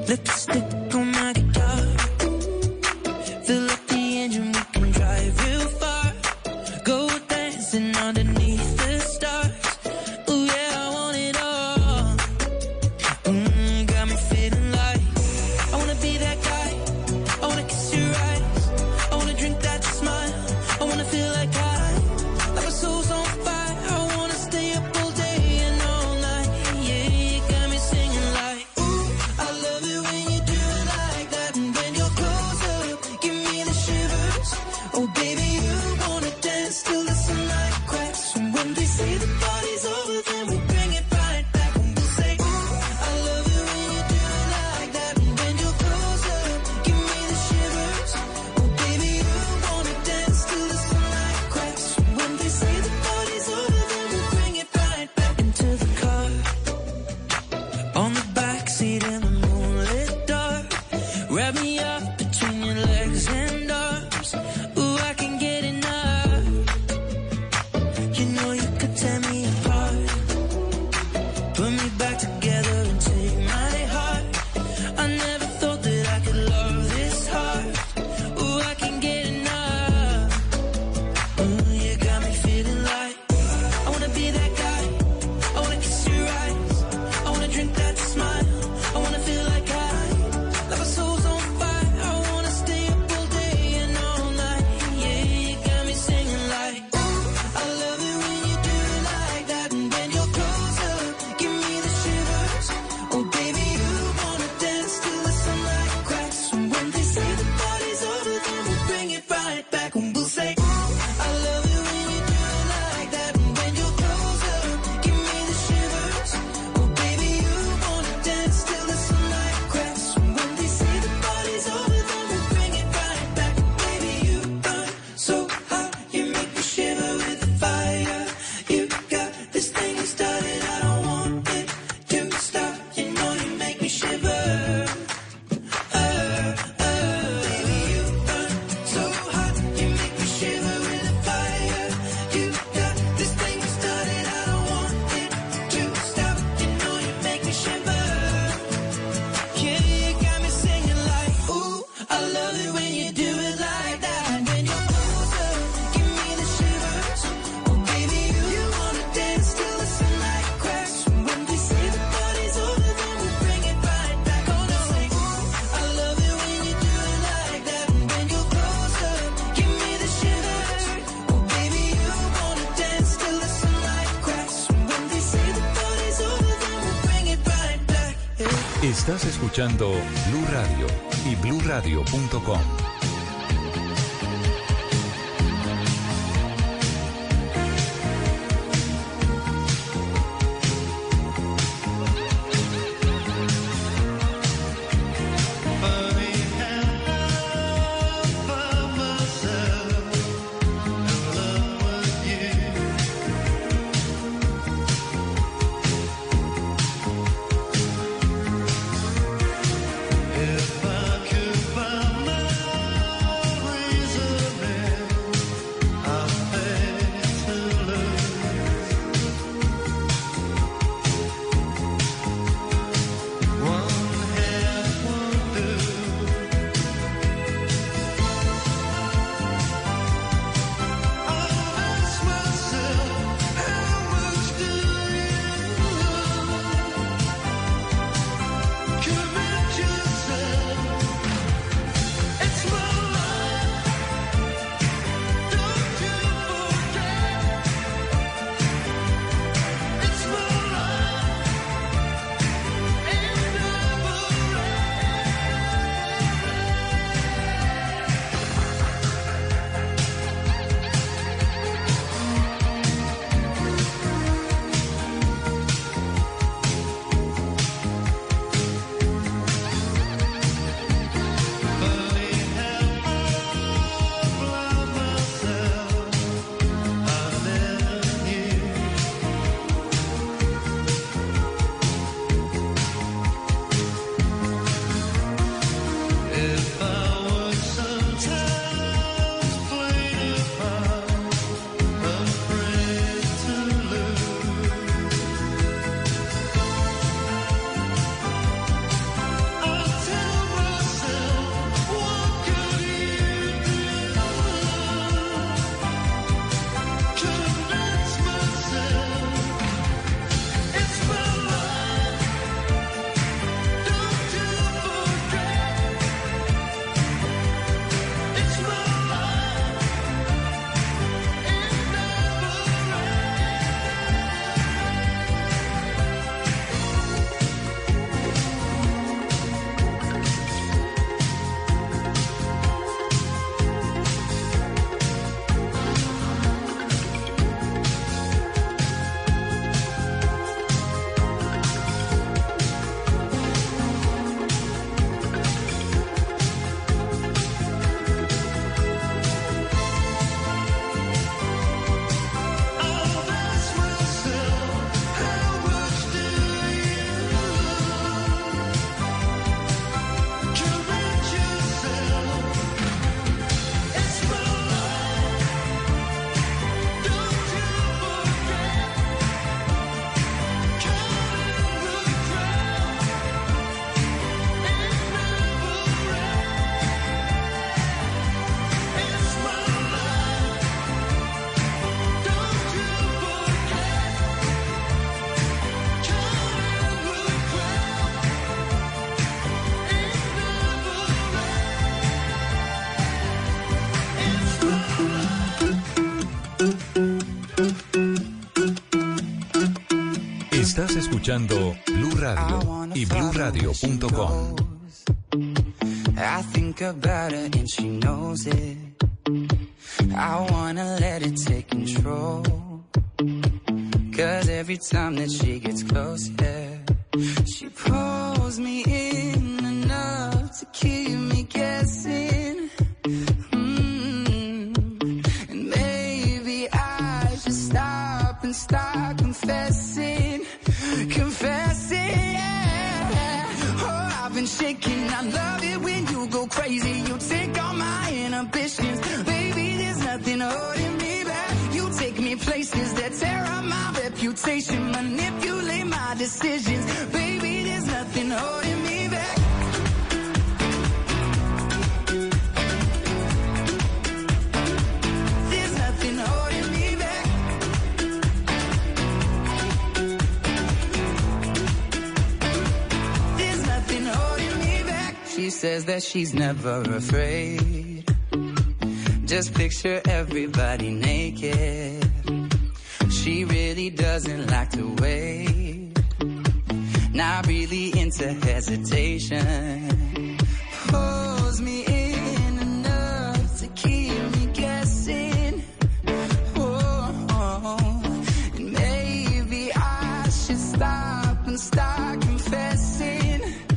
Lipstick on my guitar. Fill up the engine, we can drive real far. Go dancing underneath the stars. Ooh yeah, I want it all. Got me feeling like I wanna be that guy. I wanna kiss your eyes. I wanna drink that smile. I wanna feel like my soul's on fire. I wanna stay up all day and all night. Yeah, you got me singing like, ooh, I love it when you do it like that. And when you're close up, give me the shivers. Oh baby, you wanna dance till the sunlight cracks. And when they say the party's over, then we bring it right back. And we'll say, ooh, I love it when you do it like that. And when you're close up, give me the shivers. Oh baby, you wanna dance till the sunlight cracks. When they say the party's over, then we'll bring it right back into the car. On the backseat in the moonlit dark. Wrap me up between your legs and arms. Ooh, I can get enough. You know you could tear me apart. Put me back together and take my heart. I never thought that I could love this hard. Ooh, I can get enough. Ooh, you got me feeling like I wanna be that guy. I wanna kiss your eyes. I wanna drink that smile. I wanna feel like my soul's on fire. I wanna stay up all day and all night. Yeah, you got me singing like, ooh, I love it when you do it like that. And when you're close up, give me the shivers. Oh baby, you wanna dance till the sunlight cracks. And when they say the party's over, then we'll bring it right back. And we'll say, ooh, I love it when you do it like that. And when you're close up, give me the shivers. Oh baby, you wanna dance till the sunlight cracks. And when they say the party's over, then we'll bring it right back. Baby, you burn so hot, you make me shiver with the fire. You got this thing you started, I don't want it to stop. You know you make me shiver. Baby, you burn so hot, you make me shiver with the fire. You got this thing you started, I don't want it to stop. You know you make me shiver. Yeah, you got me singing like, ooh, I love it when you do it like that. And when you're closer, give me the shivers. Oh baby, you wanna dance till the sunlight cracks. And when they say the party's over, then we'll bring it right back. Oh no, say, ooh, I love it when you do it like that. And when you're closer, give me the shivers. Oh baby, you wanna dance till the sunlight cracks. And when they say the party's over, then we'll bring it right back. Yeah. Estás escuchando Blue Radio y bluradio.com. If I could find escuchando Blue Radio y BlueRadio.com. I think about her and she knows it. I wanna let it take control. 'Cause every time that she gets close, yeah, she pulls me in enough to keep me guessing. And maybe I should stop and start confessing, yeah. Oh, I've been shaking, I love it when you go crazy. You take all my inhibitions, baby, there's nothing holding me back. You take me places that tear up my reputation, manipulate my decisions, baby, there's nothing holding me back. There's nothing holding me back. There's nothing holding me back. She says that she's never afraid. Just picture everybody naked. She really doesn't like to wait. Not really into hesitation. Pulls me in enough to keep me guessing. Oh, and maybe I should stop and start confessing.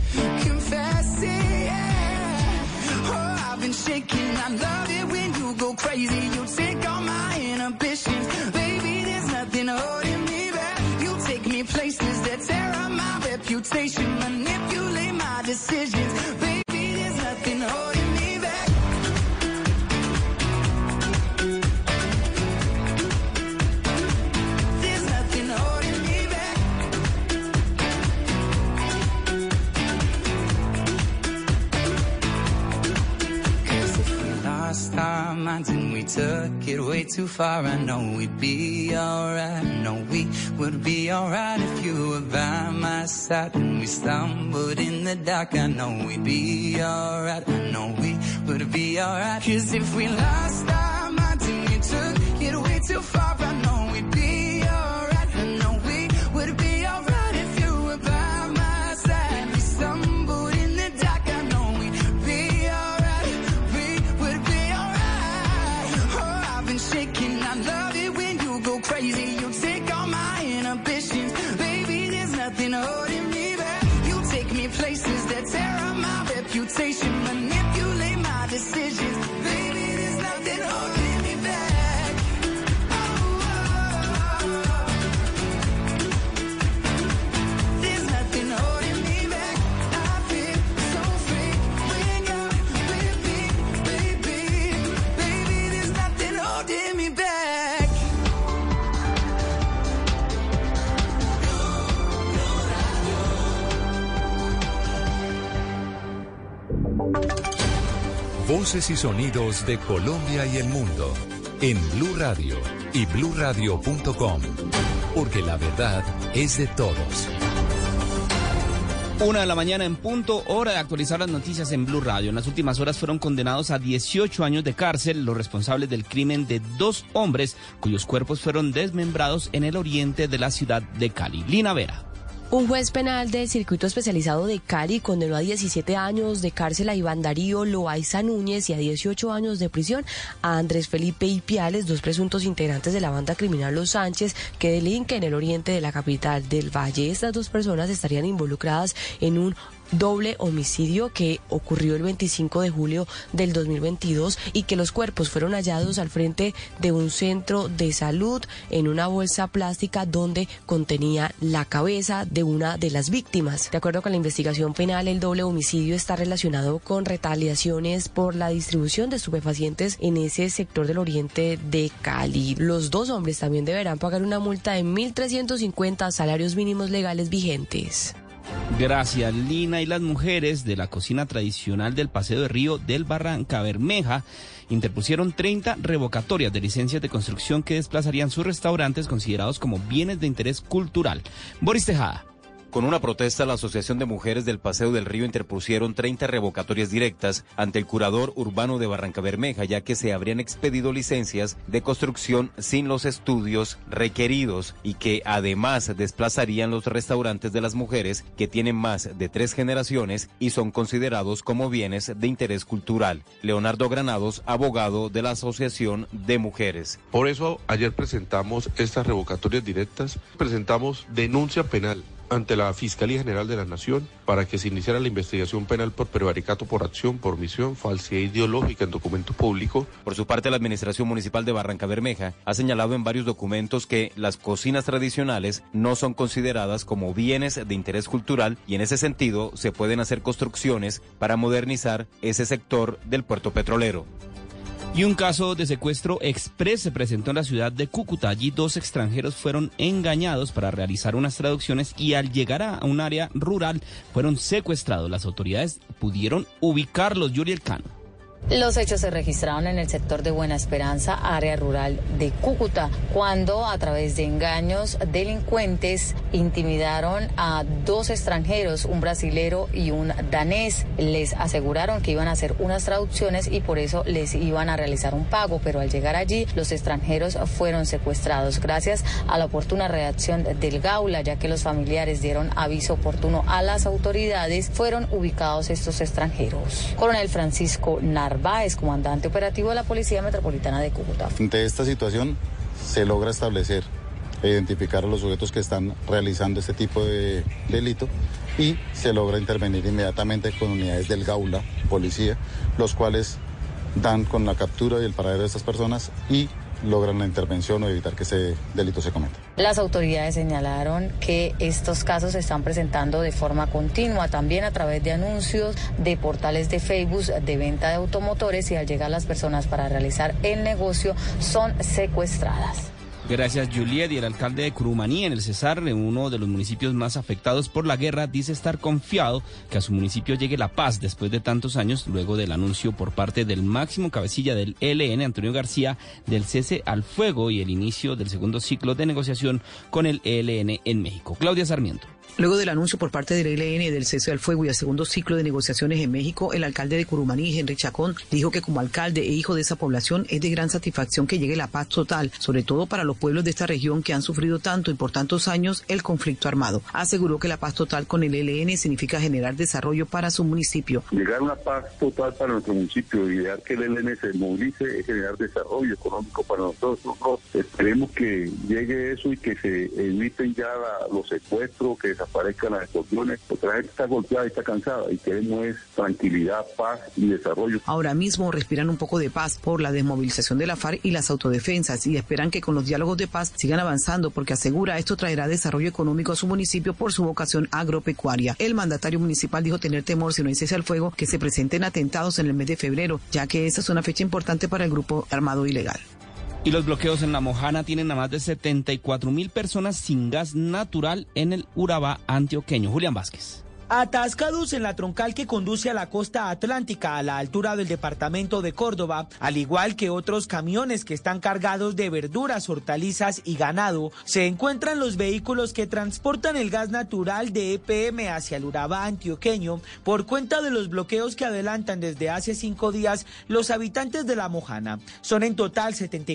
Yeah. Oh, I've been shaking. I love it when you go crazy. You take all my inhibitions, baby, there's nothing holding me back. You take me places that tear up my reputation, manipulate my decisions, baby, there's nothing holding me back. There's nothing holding me back. Lost our minds and we took it way too far. I know we'd be alright. I know we would be alright if you were by my side. And we stumbled in the dark. I know we'd be alright. I know we would be alright. 'Cause if we lost our minds and we took it way too far, I know we'd be alright. I know we would be alright if you were by my side. We stumbled in the dark. I know we'd be alright. We would be alright. Oh, I've been shaking. I love it when you go crazy. You take all my inhibitions, baby, there's nothing holding me back. You take me places that tear up my reputation, manipulate my decisions, baby, there's nothing holding me back. Oh, there's nothing holding me back. I feel so free when you're with me, baby, baby, there's nothing holding me back. Voces y sonidos de Colombia y el mundo en Blue Radio y BlueRadio.com, porque la verdad es de todos. 1 de la mañana en punto, hora de actualizar las noticias en Blue Radio. En las últimas horas fueron condenados a 18 años de cárcel los responsables del crimen de 2 hombres cuyos cuerpos fueron desmembrados en el oriente de la ciudad de Cali. Lina Vera. Un juez penal del Circuito Especializado de Cali condenó a 17 años de cárcel a Iván Darío Loaiza Núñez y a 18 años de prisión a Andrés Felipe Ipiales, 2 presuntos integrantes de la banda criminal Los Sánchez que delinque en el oriente de la capital del Valle. Estas 2 personas estarían involucradas en un doble homicidio que ocurrió el 25 de julio del 2022 y que los cuerpos fueron hallados al frente de un centro de salud en una bolsa plástica donde contenía la cabeza de una de las víctimas. De acuerdo con la investigación penal, el doble homicidio está relacionado con retaliaciones por la distribución de estupefacientes en ese sector del oriente de Cali. Los 2 hombres también deberán pagar una multa de 1.350 salarios mínimos legales vigentes. Gracias, Lina. Y las mujeres de la cocina tradicional del Paseo de Río del Barranca Bermeja interpusieron 30 revocatorias de licencias de construcción que desplazarían sus restaurantes considerados como bienes de interés cultural. Boris Tejada. Con una protesta, la Asociación de Mujeres del Paseo del Río interpusieron 30 revocatorias directas ante el curador urbano de Barrancabermeja, ya que se habrían expedido licencias de construcción sin los estudios requeridos y que además desplazarían los restaurantes de las mujeres que tienen más de 3 generaciones y son considerados como bienes de interés cultural. Leonardo Granados, abogado de la Asociación de Mujeres. Por eso ayer presentamos estas revocatorias directas, presentamos denuncia penal ante la Fiscalía General de la Nación para que se iniciara la investigación penal por prevaricato por acción, por omisión, falsedad ideológica en documento público. Por su parte, la Administración Municipal de Barrancabermeja ha señalado en varios documentos que las cocinas tradicionales no son consideradas como bienes de interés cultural y en ese sentido se pueden hacer construcciones para modernizar ese sector del puerto petrolero. Y un caso de secuestro express se presentó en la ciudad de Cúcuta. Allí 2 extranjeros fueron engañados para realizar unas traducciones y al llegar a un área rural fueron secuestrados. Las autoridades pudieron ubicarlos. Yuri Elcano. Los hechos se registraron en el sector de Buena Esperanza, área rural de Cúcuta, cuando a través de engaños delincuentes intimidaron a 2 extranjeros, un brasilero y un danés. Les aseguraron que iban a hacer unas traducciones y por eso les iban a realizar un pago, pero al llegar allí los extranjeros fueron secuestrados. Gracias a la oportuna reacción del Gaula, ya que los familiares dieron aviso oportuno a las autoridades, fueron ubicados estos extranjeros. Coronel Francisco Narváez, comandante operativo de la Policía Metropolitana de Cúcuta. Ante esta situación se logra establecer e identificar a los sujetos que están realizando este tipo de delito y se logra intervenir inmediatamente con unidades del Gaula, policía, los cuales dan con la captura y el paradero de estas personas y logran la intervención o evitar que ese delito se cometa. Las autoridades señalaron que estos casos se están presentando de forma continua, también a través de anuncios de portales de Facebook de venta de automotores y al llegar las personas para realizar el negocio son secuestradas. Gracias, Juliet. Y el alcalde de Curumaní, en el Cesar, uno de los municipios más afectados por la guerra, dice estar confiado que a su municipio llegue la paz después de tantos años, luego del anuncio por parte del máximo cabecilla del ELN, Antonio García, del cese al fuego y el inicio del segundo ciclo de negociación con el ELN en México. Claudia Sarmiento. Luego del anuncio por parte del ELN del cese al fuego y el segundo ciclo de negociaciones en México, el alcalde de Curumaní, Henry Chacón, dijo que como alcalde e hijo de esa población es de gran satisfacción que llegue la paz total, sobre todo para los pueblos de esta región que han sufrido tanto y por tantos años el conflicto armado. Aseguró que la paz total con el ELN significa generar desarrollo para su municipio. Llegar a una paz total para nuestro municipio y dejar que el ELN se movilice es generar desarrollo económico para nosotros. Esperemos que llegue eso y que se eviten ya los secuestros, que desaparezcan las extorsiones, porque la gente está golpeada y está cansada y queremos es tranquilidad, paz y desarrollo. Ahora mismo respiran un poco de paz por la desmovilización de la FARC y las autodefensas y esperan que con los diálogos de paz sigan avanzando porque asegura esto traerá desarrollo económico a su municipio por su vocación agropecuaria. El mandatario municipal dijo tener temor si no hay cese al fuego que se presenten atentados en el mes de febrero, ya que esa es una fecha importante para el grupo armado ilegal. Y los bloqueos en La Mojana tienen a más de 74.000 personas sin gas natural en el Urabá antioqueño. Julián Vázquez. Atascados en la troncal que conduce a la costa atlántica a la altura del departamento de Córdoba, al igual que otros camiones que están cargados de verduras, hortalizas y ganado, se encuentran los vehículos que transportan el gas natural de EPM hacia el Urabá antioqueño por cuenta de los bloqueos que adelantan desde hace 5 días los habitantes de La Mojana. Son en total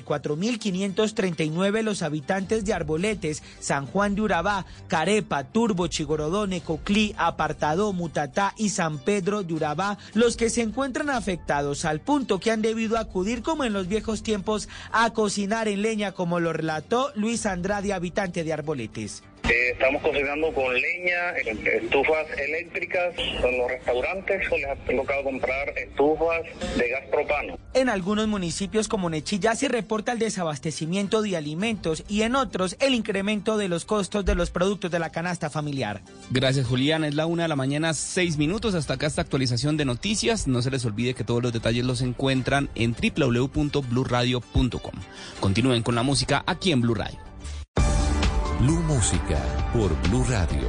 74.539 los habitantes de Arboletes, San Juan de Urabá, Carepa, Turbo, Chigorodó, Coclí, Apartadó, Mutatá y San Pedro de Urabá, los que se encuentran afectados al punto que han debido acudir como en los viejos tiempos a cocinar en leña, como lo relató Luis Andrade, habitante de Arboletes. Estamos cocinando con leña, estufas eléctricas. En los restaurantes les ha tocado comprar estufas de gas propano. En algunos municipios como Nechí ya se reporta el desabastecimiento de alimentos y en otros el incremento de los costos de los productos de la canasta familiar. Gracias, Julián. Es la 1:06 a.m. Hasta acá esta actualización de noticias. No se les olvide que todos los detalles los encuentran en www.bluradio.com. Continúen con la música aquí en Blue Radio. Blue Música por Blue Radio.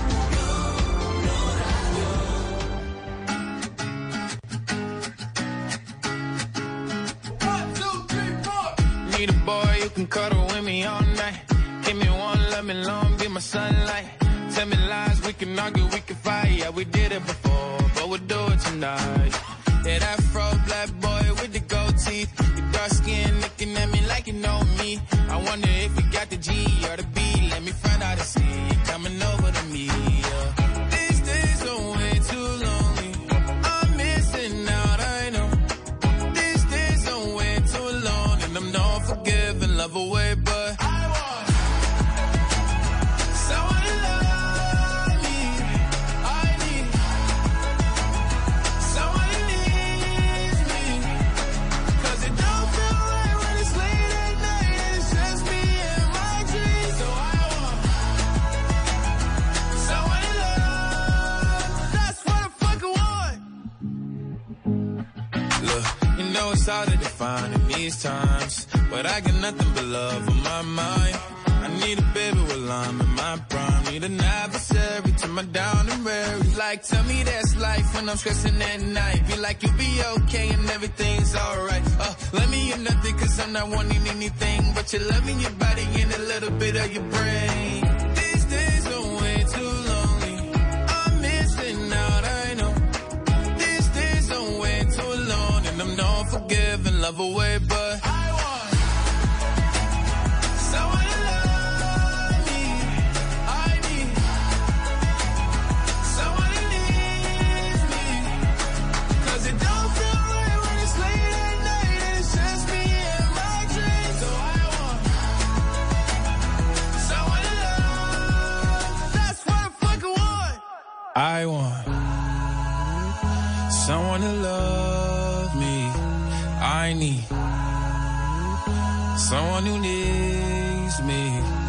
Need a boy you can cuddle with me all night. Give me one, let me long, be my sunlight. Tell me lies, we can argue, we can fight. Yeah, we did it before, but we'll do it tonight. Yeah, that fro black boy with the gold teeth. Your dark skin looking at me like you know me. I wonder if you got the G or the B. Let me find out and see you coming over to me. Yeah. These days are way too lonely. I'm missing out, I know. These days are way too long, and I'm not forgiving, love away, but I want someone to love me. I need someone who needs me. 'Cause it don't feel right when it's late at night and it's just me and my dreams. So I want someone to love. That's what I fucking want. Look, you know it's hard to define in these times, but I got nothing but love on my mind. I need a baby while I'm in my prime. Need an adversary to my down and weary. Like, tell me that's life when I'm stressing at night. Be like, you'll be okay and everything's alright. Let me in nothing 'cause I'm not wanting anything but your love in your body and a little bit of your brain. These days are way too lonely. I'm missing out, I know. These days are way too long, and I'm not forgiving, love away, but I want someone to love me. I need someone who needs me. 'Cause it don't feel right when it's late at night and it's just me and my dreams. So I want someone to love. That's what I fucking want. I want someone to love me. I need someone who needs me.